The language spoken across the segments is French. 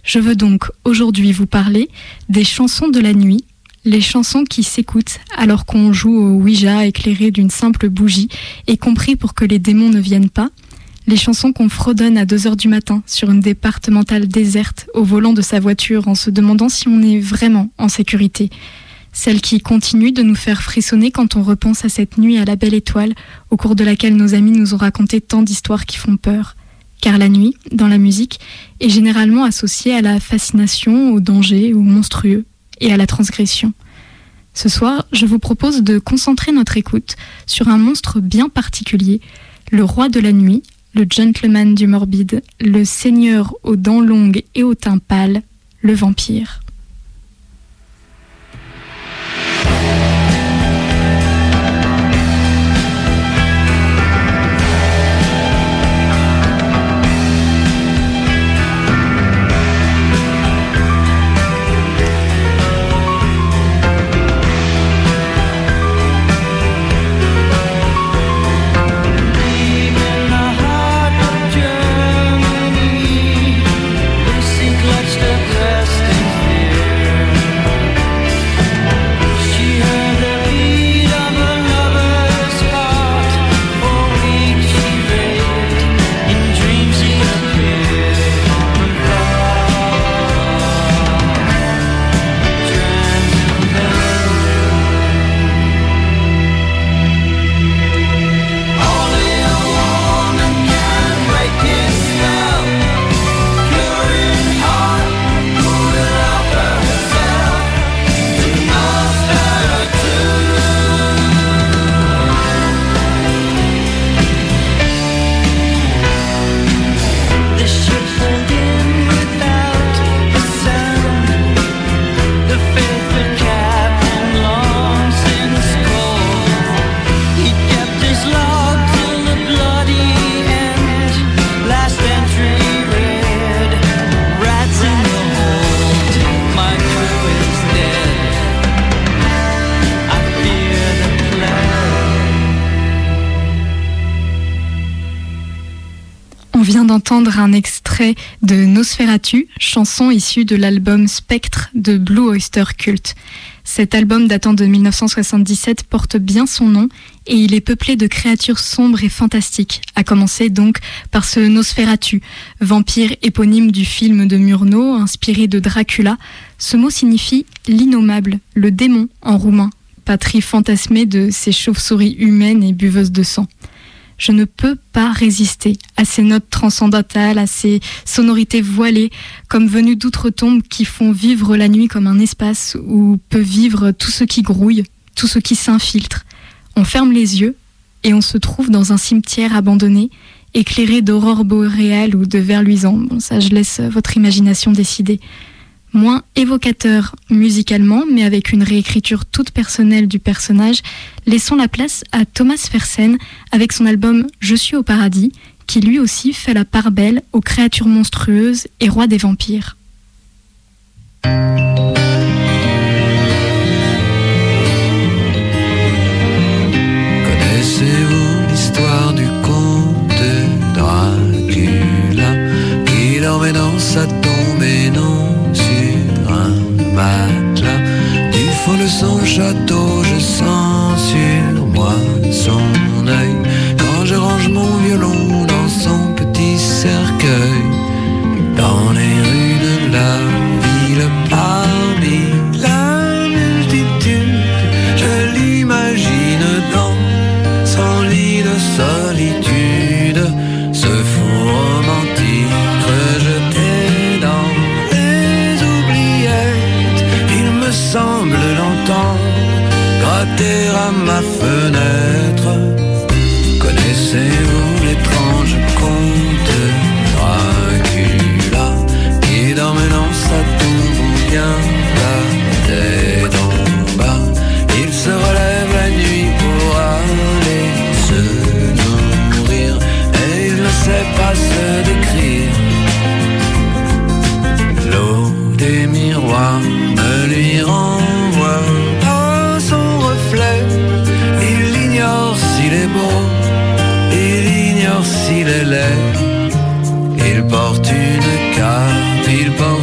Je veux donc aujourd'hui vous parler des chansons de la nuit, les chansons qui s'écoutent alors qu'on joue au Ouija éclairé d'une simple bougie et compris pour que les démons ne viennent pas, les chansons qu'on fredonne à 2h du matin sur une départementale déserte au volant de sa voiture en se demandant si on est vraiment en sécurité. Celles qui continuent de nous faire frissonner quand on repense à cette nuit à la belle étoile au cours de laquelle nos amis nous ont raconté tant d'histoires qui font peur. Car la nuit, dans la musique, est généralement associée à la fascination, au danger, au monstrueux et à la transgression. Ce soir, je vous propose de concentrer notre écoute sur un monstre bien particulier, le roi de la nuit, le gentleman du morbide, le seigneur aux dents longues et au teint pâle, le vampire. D'entendre un extrait de Nosferatu, chanson issue de l'album Spectre de Blue Oyster Cult. Cet album datant de 1977 porte bien son nom et il est peuplé de créatures sombres et fantastiques, à commencer donc par ce Nosferatu, vampire éponyme du film de Murnau, inspiré de Dracula. Ce mot signifie l'innommable, le démon en roumain, patrie fantasmée de ces chauves-souris humaines et buveuses de sang. Je ne peux pas résister à ces notes transcendantales, à ces sonorités voilées, comme venues d'outre-tombe qui font vivre la nuit comme un espace où peut vivre tout ce qui grouille, tout ce qui s'infiltre. On ferme les yeux et on se trouve dans un cimetière abandonné, éclairé d'aurores boréales ou de vers luisants. Bon, ça, je laisse votre imagination décider. Moins évocateur musicalement, mais avec une réécriture toute personnelle du personnage, laissons la place à Thomas Fersen avec son album « Je suis au paradis », qui lui aussi fait la part belle aux créatures monstrueuses et rois des vampires. Connaissez-vous l'histoire du comte Dracula qui dormait dans sa tombe et non matelas du fond de son château, je sens sur moi son œil quand je range mon violon dans son petit cercueil. Dans les rues de la ville, parmi la multitude, je l'imagine dans son lit de solitude, ce fou romantique rejeté dans semble l'entendre gratter à ma fenêtre.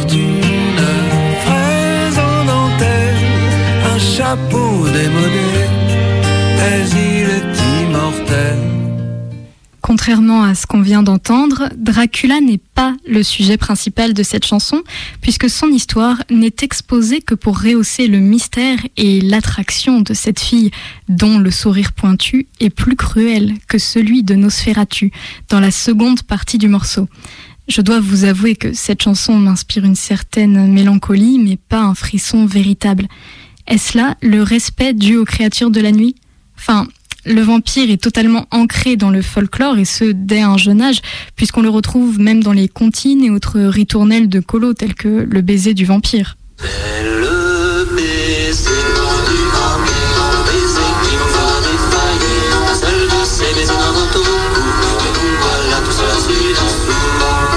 porte une fraise en dentelle, un chapeau démodé, mais il est immortel. Contrairement à ce qu'on vient d'entendre, Dracula n'est pas le sujet principal de cette chanson, puisque son histoire n'est exposée que pour rehausser le mystère et l'attraction de cette fille, dont le sourire pointu est plus cruel que celui de Nosferatu, dans la seconde partie du morceau. Je dois vous avouer que cette chanson m'inspire une certaine mélancolie, mais pas un frisson véritable. Est-ce là le respect dû aux créatures de la nuit ? Enfin, le vampire est totalement ancré dans le folklore, et ce, dès un jeune âge, puisqu'on le retrouve même dans les comptines et autres ritournelles de colo, tels que le baiser du vampire. C'est le baiser du vampire, le baiser qui vous fera défaillir, un seul de ces baisers dans votre cou, et vous voilà tout seul assis dessous.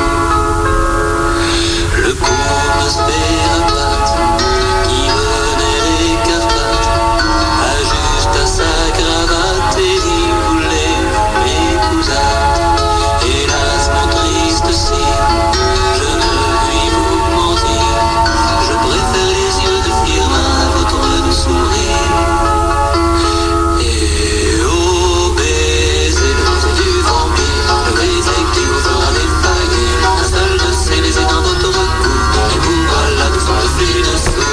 Le pauvre Nosferatu, qui venait des Carpates, ajuste à sa cravate et dit voulez-vous m'épousâtes. Hélas mon triste sire, je ne puis vous mentir, je préfère les yeux de Firmin à votre doux sourire. Et au baiser, le baiser du vampire, le baiser qui vous fera défaillir, un seul de ces baisers dans votre cou, et vous voilà tout seul assis dessous.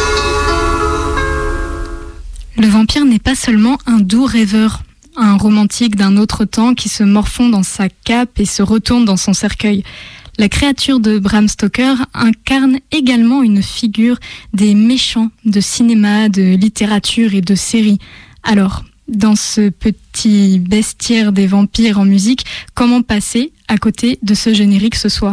Le vampire n'est pas seulement un doux rêveur, un romantique d'un autre temps qui se morfond dans sa cape et se retourne dans son cercueil. La créature de Bram Stoker incarne également une figure des méchants de cinéma, de littérature et de séries. Alors, dans ce petit bestiaire des vampires en musique, comment passer à côté de ce générique ce soir ?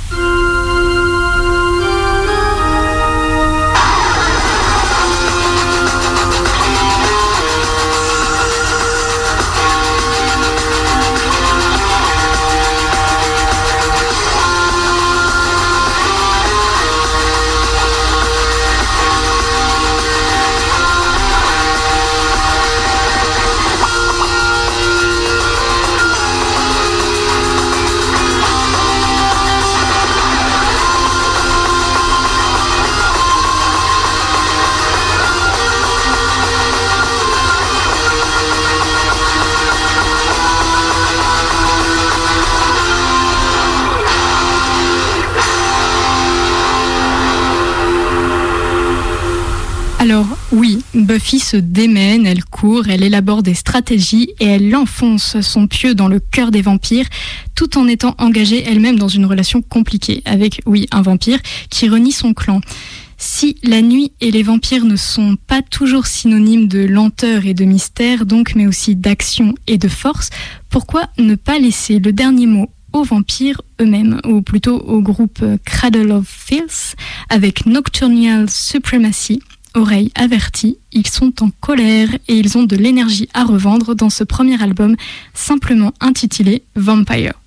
Alors oui, Buffy se démène, elle court, elle élabore des stratégies et elle enfonce son pieu dans le cœur des vampires, tout en étant engagée elle-même dans une relation compliquée avec, oui, un vampire qui renie son clan. Si la nuit et les vampires ne sont pas toujours synonymes de lenteur et de mystère, donc, mais aussi d'action et de force, pourquoi ne pas laisser le dernier mot aux vampires eux-mêmes, ou plutôt au groupe Cradle of Filth avec Nocturnal Supremacy. Oreilles averties, ils sont en colère et ils ont de l'énergie à revendre dans ce premier album simplement intitulé Vampire.